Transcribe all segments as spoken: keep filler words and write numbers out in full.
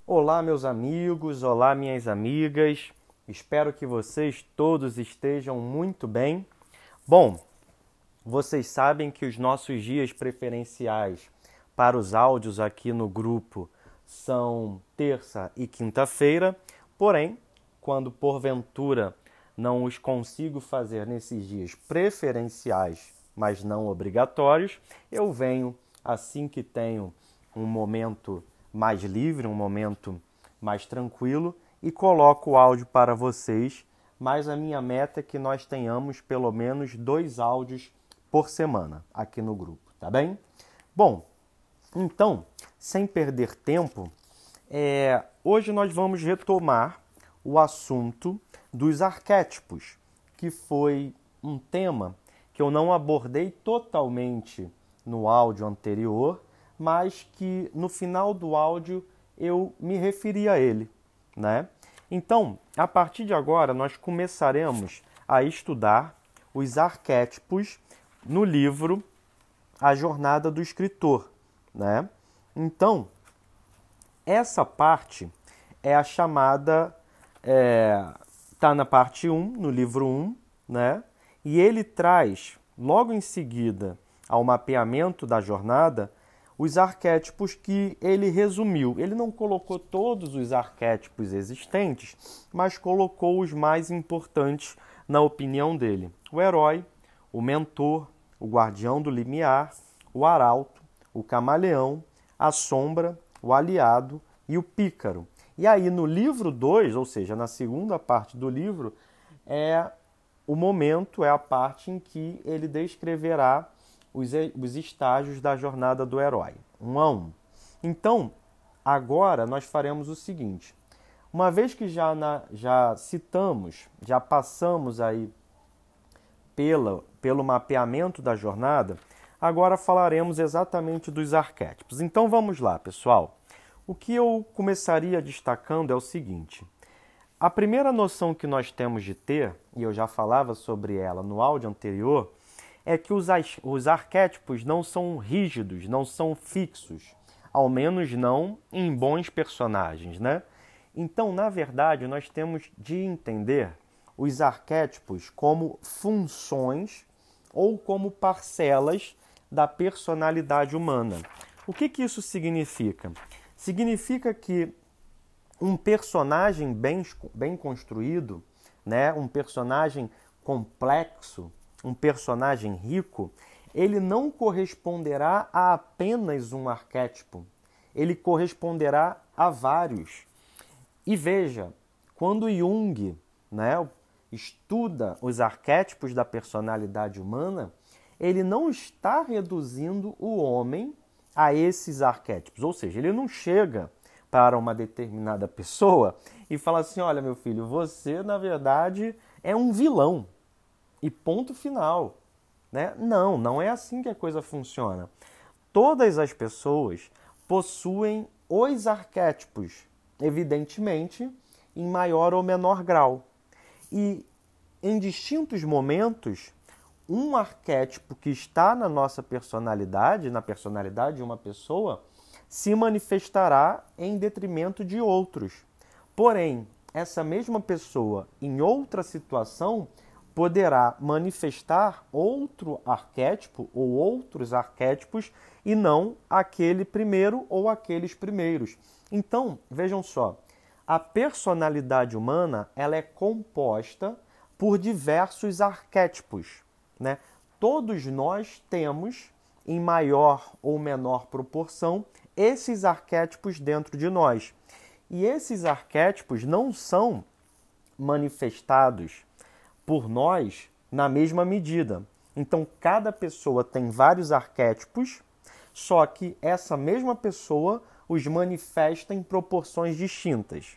Olá, meus amigos, olá, minhas amigas. Espero que vocês todos estejam muito bem. Bom, vocês sabem que os nossos dias preferenciais para os áudios aqui no grupo são terça e quinta-feira, porém, quando porventura não os consigo fazer nesses dias preferenciais, mas não obrigatórios, eu venho assim que tenho um momento mais livre, um momento mais tranquilo e coloco o áudio para vocês, mas a minha meta é que nós tenhamos pelo menos dois áudios por semana aqui no grupo, tá bem? Bom, então, sem perder tempo, é, hoje nós vamos retomar o assunto dos arquétipos, que foi um tema que eu não abordei totalmente no áudio anterior, mas que no final do áudio eu me referi a ele, né? Então, a partir de agora, nós começaremos a estudar os arquétipos no livro A Jornada do Escritor, né? Então, essa parte é a chamada, é, tá na parte um, no livro um, né? E ele traz, logo em seguida, ao mapeamento da jornada, os arquétipos que ele resumiu. Ele não colocou todos os arquétipos existentes, mas colocou os mais importantes na opinião dele. O herói, o mentor, o guardião do limiar, o arauto, o camaleão, a sombra, o aliado e o pícaro. E aí no livro dois, ou seja, na segunda parte do livro, é o momento, é a parte em que ele descreverá Os, os estágios da jornada do herói, um a um. Então, agora nós faremos o seguinte. Uma vez que já, na, já citamos, já passamos aí pela, pelo mapeamento da jornada, agora falaremos exatamente dos arquétipos. Então vamos lá, pessoal. O que eu começaria destacando é o seguinte. A primeira noção que nós temos de ter, e eu já falava sobre ela no áudio anterior, é que os, os arquétipos não são rígidos, não são fixos, ao menos não em bons personagens, né? Então, na verdade, nós temos de entender os arquétipos como funções ou como parcelas da personalidade humana. O que que isso significa? Significa que um personagem bem, bem construído, né? Um personagem complexo, um personagem rico, ele não corresponderá a apenas um arquétipo. Ele corresponderá a vários. E veja, quando Jung, né, estuda os arquétipos da personalidade humana, ele não está reduzindo o homem a esses arquétipos. Ou seja, ele não chega para uma determinada pessoa e fala assim, olha, meu filho, você, na verdade, é um vilão. E ponto final, né? Não, não é assim que a coisa funciona. Todas as pessoas possuem os arquétipos, evidentemente, em maior ou menor grau. E em distintos momentos, um arquétipo que está na nossa personalidade, na personalidade de uma pessoa, se manifestará em detrimento de outros. Porém, essa mesma pessoa, em outra situação, poderá manifestar outro arquétipo ou outros arquétipos e não aquele primeiro ou aqueles primeiros. Então, vejam só, a personalidade humana ela é composta por diversos arquétipos, né? Todos nós temos, em maior ou menor proporção, esses arquétipos dentro de nós. E esses arquétipos não são manifestados por nós na mesma medida. Então, cada pessoa tem vários arquétipos, só que essa mesma pessoa os manifesta em proporções distintas.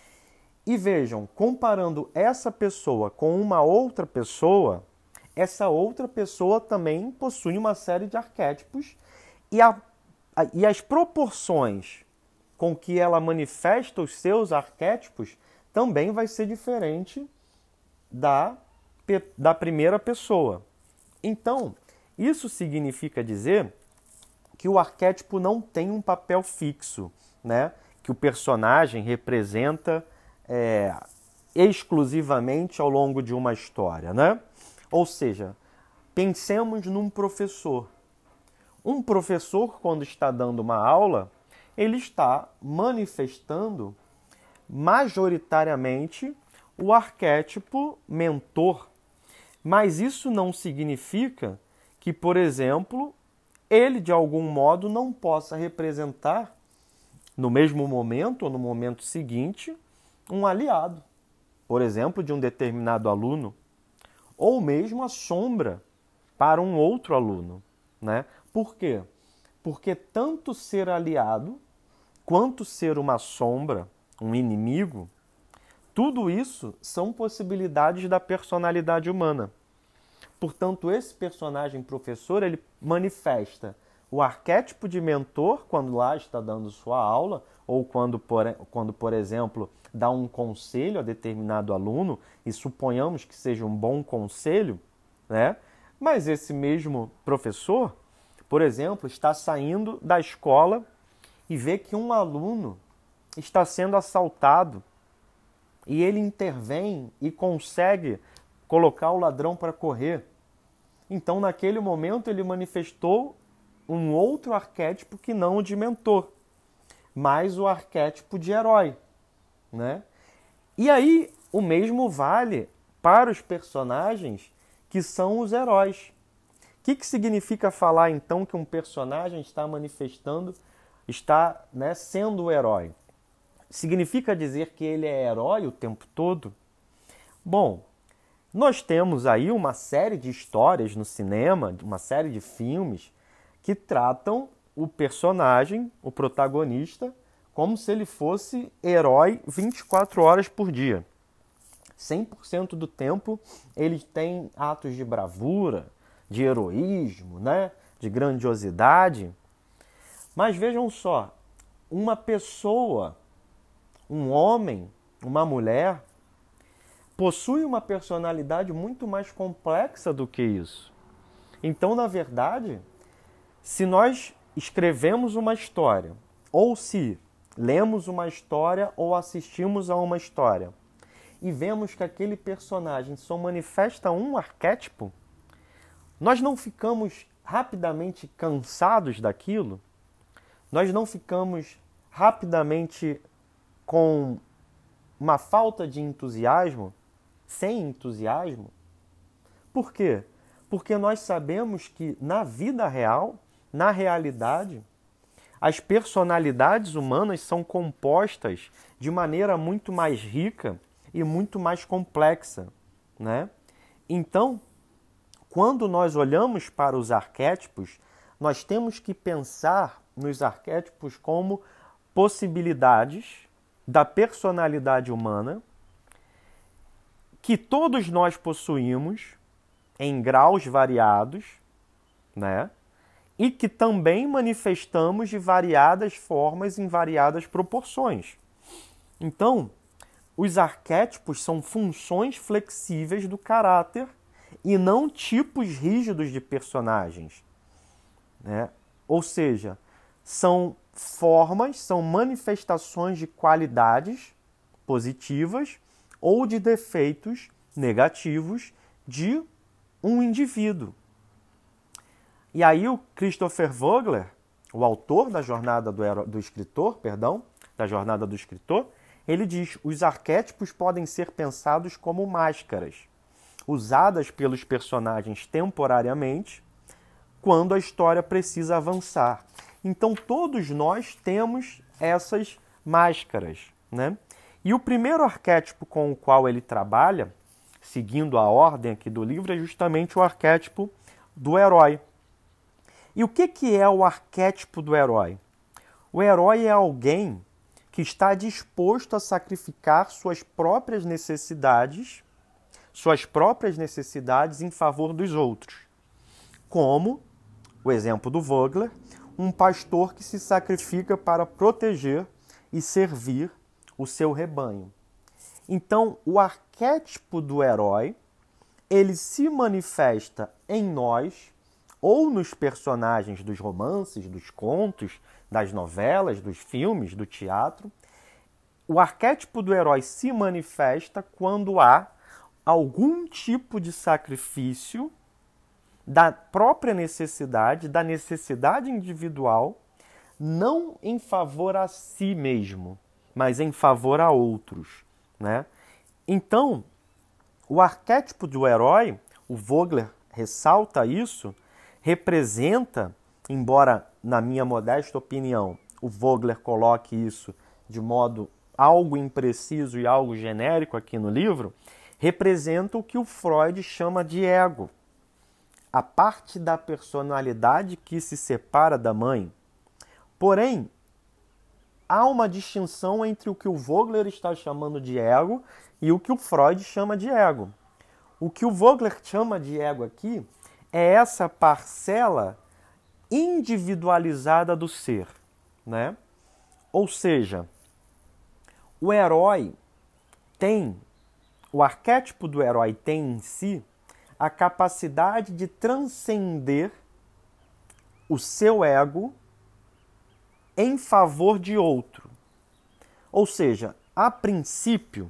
E vejam, comparando essa pessoa com uma outra pessoa, essa outra pessoa também possui uma série de arquétipos e, a, a, e as proporções com que ela manifesta os seus arquétipos também vai ser diferente da, da primeira pessoa. Então, isso significa dizer que o arquétipo não tem um papel fixo, né? que o personagem representa é, exclusivamente ao longo de uma história, né? Ou seja, pensemos num professor. Um professor, quando está dando uma aula, ele está manifestando majoritariamente o arquétipo mentor. Mas isso não significa que, por exemplo, ele de algum modo não possa representar, no mesmo momento ou no momento seguinte, um aliado, por exemplo, de um determinado aluno, ou mesmo a sombra para um outro aluno, né? Por quê? Porque tanto ser aliado quanto ser uma sombra, um inimigo, tudo isso são possibilidades da personalidade humana. Portanto, esse personagem professor, ele manifesta o arquétipo de mentor quando lá está dando sua aula, ou quando, por, quando, por exemplo, dá um conselho a determinado aluno, e suponhamos que seja um bom conselho, né? Mas esse mesmo professor, por exemplo, está saindo da escola e vê que um aluno está sendo assaltado e ele intervém e consegue colocar o ladrão para correr. Então, naquele momento, ele manifestou um outro arquétipo que não o de mentor, mas o arquétipo de herói, né? E aí, o mesmo vale para os personagens que são os heróis. O que, que significa falar, então, que um personagem está manifestando, está, né, sendo o herói? Significa dizer que ele é herói o tempo todo? Bom, nós temos aí uma série de histórias no cinema, uma série de filmes, que tratam o personagem, o protagonista, como se ele fosse herói vinte e quatro horas por dia. cem por cento do tempo ele tem atos de bravura, de heroísmo, né? De grandiosidade. Mas vejam só, uma pessoa, um homem, uma mulher, possui uma personalidade muito mais complexa do que isso. Então, na verdade, se nós escrevemos uma história, ou se lemos uma história ou assistimos a uma história, e vemos que aquele personagem só manifesta um arquétipo, nós não ficamos rapidamente cansados daquilo? Nós não ficamos rapidamente com uma falta de entusiasmo, sem entusiasmo? Por quê? Porque nós sabemos que na vida real, na realidade, as personalidades humanas são compostas de maneira muito mais rica e muito mais complexa, né? Então, quando nós olhamos para os arquétipos, nós temos que pensar nos arquétipos como possibilidades da personalidade humana que todos nós possuímos em graus variados, né? E que também manifestamos de variadas formas em variadas proporções. Então, os arquétipos são funções flexíveis do caráter e não tipos rígidos de personagens, né? Ou seja, são formas, são manifestações de qualidades positivas ou de defeitos negativos de um indivíduo. E aí o Christopher Vogler, o autor da jornada do, hero... do escritor, perdão, da jornada do escritor, ele diz: os arquétipos podem ser pensados como máscaras, usadas pelos personagens temporariamente, quando a história precisa avançar. Então todos nós temos essas máscaras, né? E o primeiro arquétipo com o qual ele trabalha, seguindo a ordem aqui do livro, é justamente o arquétipo do herói. E o que, que é o arquétipo do herói? O herói é alguém que está disposto a sacrificar suas próprias necessidades, suas próprias necessidades em favor dos outros. Como o exemplo do Vogler, um pastor que se sacrifica para proteger e servir o seu rebanho. Então, o arquétipo do herói, ele se manifesta em nós, ou nos personagens dos romances, dos contos, das novelas, dos filmes, do teatro. O arquétipo do herói se manifesta quando há algum tipo de sacrifício da própria necessidade, da necessidade individual, não em favor a si mesmo, mas em favor a outros, né? Então, o arquétipo do herói, o Vogler ressalta isso, representa, embora na minha modesta opinião o Vogler coloque isso de modo algo impreciso e algo genérico aqui no livro, representa o que o Freud chama de ego, a parte da personalidade que se separa da mãe. Porém, há uma distinção entre o que o Vogler está chamando de ego e o que o Freud chama de ego. O que o Vogler chama de ego aqui é essa parcela individualizada do ser, né? Ou seja, o herói tem, o arquétipo do herói tem em si a capacidade de transcender o seu ego em favor de outro. Ou seja, a princípio,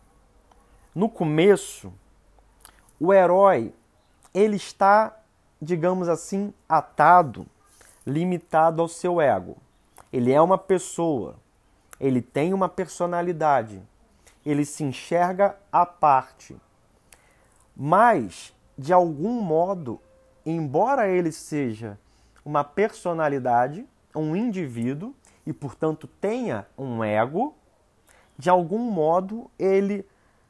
no começo, o herói ele está, digamos assim, atado, limitado ao seu ego. Ele é uma pessoa, ele tem uma personalidade, ele se enxerga à parte. Mas, de algum modo, embora ele seja uma personalidade, um indivíduo, e, portanto, tenha um ego, de algum modo ele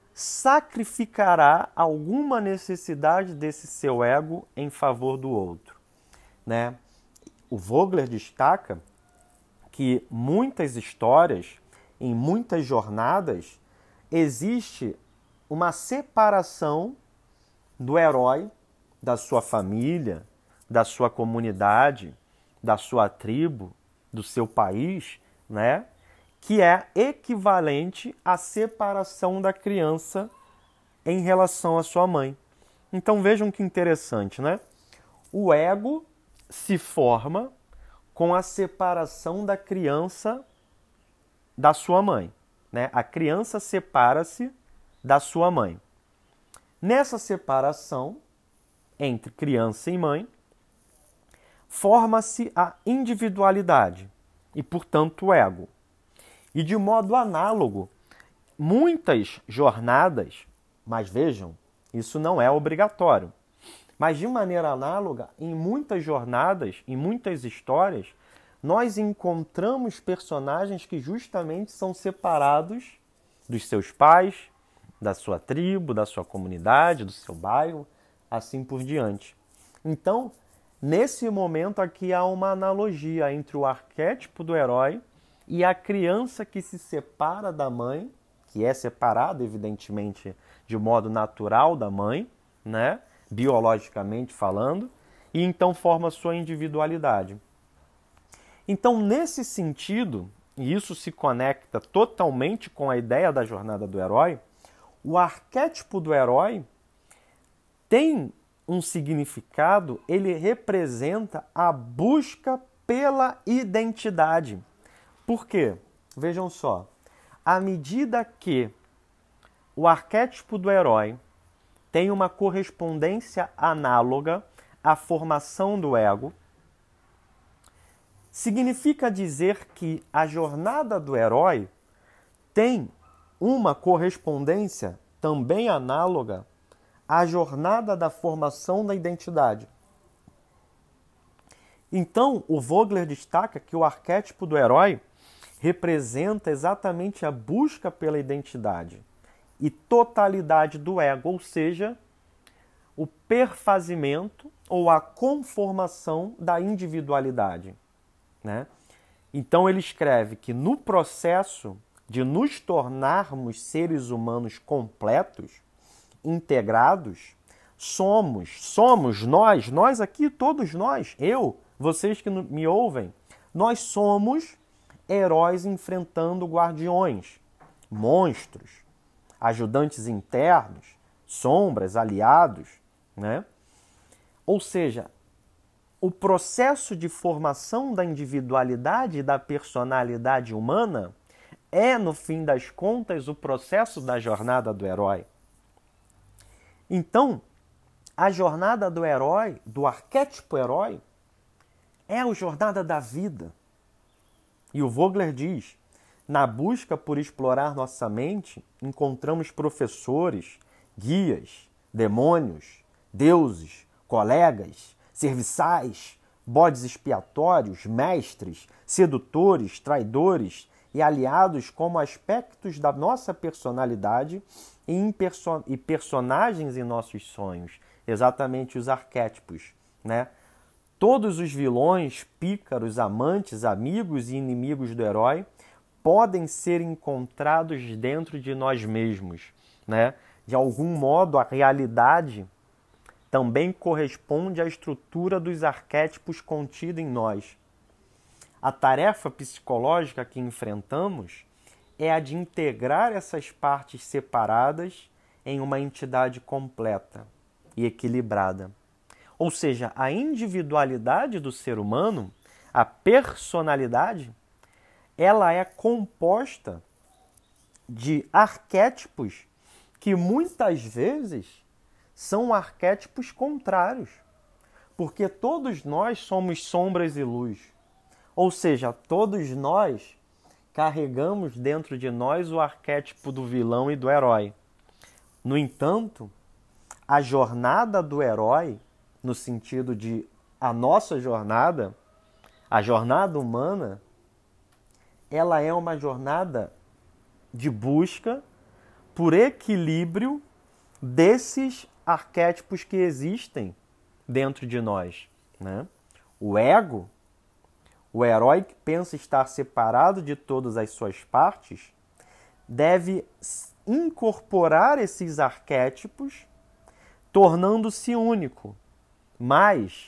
sacrificará alguma necessidade desse seu ego em favor do outro, né? O Vogler destaca que muitas histórias, em muitas jornadas, existe uma separação do herói da sua família, da sua comunidade, da sua tribo, do seu país, né? Que é equivalente à separação da criança em relação à sua mãe. Então vejam que interessante, né? O ego se forma com a separação da criança da sua mãe, né? A criança separa-se da sua mãe. Nessa separação entre criança e mãe, forma-se a individualidade e, portanto, o ego. E de modo análogo, muitas jornadas, mas vejam, isso não é obrigatório, mas de maneira análoga, em muitas jornadas, em muitas histórias, nós encontramos personagens que justamente são separados dos seus pais, da sua tribo, da sua comunidade, do seu bairro, assim por diante. Então, nesse momento aqui há uma analogia entre o arquétipo do herói e a criança que se separa da mãe, que é separada, evidentemente, de modo natural da mãe, né? Biologicamente falando, e então forma sua individualidade. Então, nesse sentido, e isso se conecta totalmente com a ideia da jornada do herói, o arquétipo do herói tem um significado, ele representa a busca pela identidade. Por quê? Vejam só, à medida que o arquétipo do herói tem uma correspondência análoga à formação do ego, significa dizer que a jornada do herói tem uma correspondência também análoga à jornada da formação da identidade. Então, o Vogler destaca que o arquétipo do herói representa exatamente a busca pela identidade e totalidade do ego, ou seja, o perfazimento ou a conformação da individualidade, né? Então ele escreve que no processo de nos tornarmos seres humanos completos, integrados, somos, somos nós, nós aqui, todos nós, eu, vocês que me ouvem, nós somos heróis enfrentando guardiões, monstros, ajudantes internos, sombras, aliados, né? Ou seja, o processo de formação da individualidade e da personalidade humana é, no fim das contas, o processo da jornada do herói. Então, a jornada do herói, do arquétipo herói, é a jornada da vida. E o Vogler diz, na busca por explorar nossa mente, encontramos professores, guias, demônios, deuses, colegas, serviçais, bodes expiatórios, mestres, sedutores, traidores e aliados como aspectos da nossa personalidade e, em perso- e personagens em nossos sonhos, exatamente os arquétipos, né? Todos os vilões, pícaros, amantes, amigos e inimigos do herói podem ser encontrados dentro de nós mesmos, né? De algum modo, a realidade também corresponde à estrutura dos arquétipos contida em nós. A tarefa psicológica que enfrentamos é a de integrar essas partes separadas em uma entidade completa e equilibrada. Ou seja, a individualidade do ser humano, a personalidade, ela é composta de arquétipos que muitas vezes são arquétipos contrários, porque todos nós somos sombras e luz. Ou seja, todos nós carregamos dentro de nós o arquétipo do vilão e do herói. No entanto, a jornada do herói, no sentido de a nossa jornada, a jornada humana, ela é uma jornada de busca por equilíbrio desses arquétipos que existem dentro de nós, né? O ego, o herói que pensa estar separado de todas as suas partes, deve incorporar esses arquétipos, tornando-se único. Mas,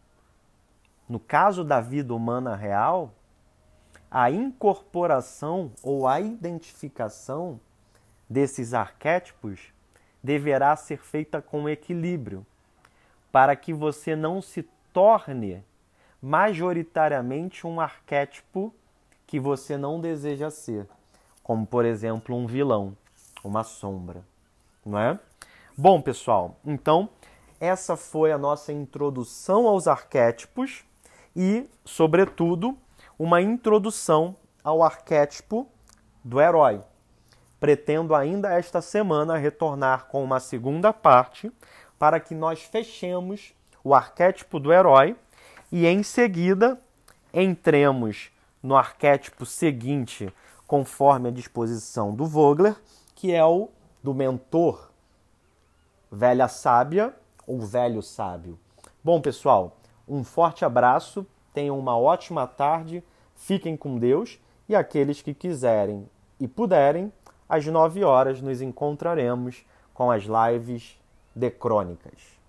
no caso da vida humana real, a incorporação ou a identificação desses arquétipos deverá ser feita com equilíbrio, para que você não se torne majoritariamente um arquétipo que você não deseja ser, como, por exemplo, um vilão, uma sombra, não é? Bom, pessoal, então essa foi a nossa introdução aos arquétipos e, sobretudo, uma introdução ao arquétipo do herói. Pretendo ainda esta semana retornar com uma segunda parte para que nós fechemos o arquétipo do herói e, em seguida, entremos no arquétipo seguinte, conforme a disposição do Vogler, que é o do mentor, velha sábia ou velho sábio. Bom, pessoal, um forte abraço, tenham uma ótima tarde, fiquem com Deus e aqueles que quiserem e puderem, às nove horas nos encontraremos com as lives de crônicas.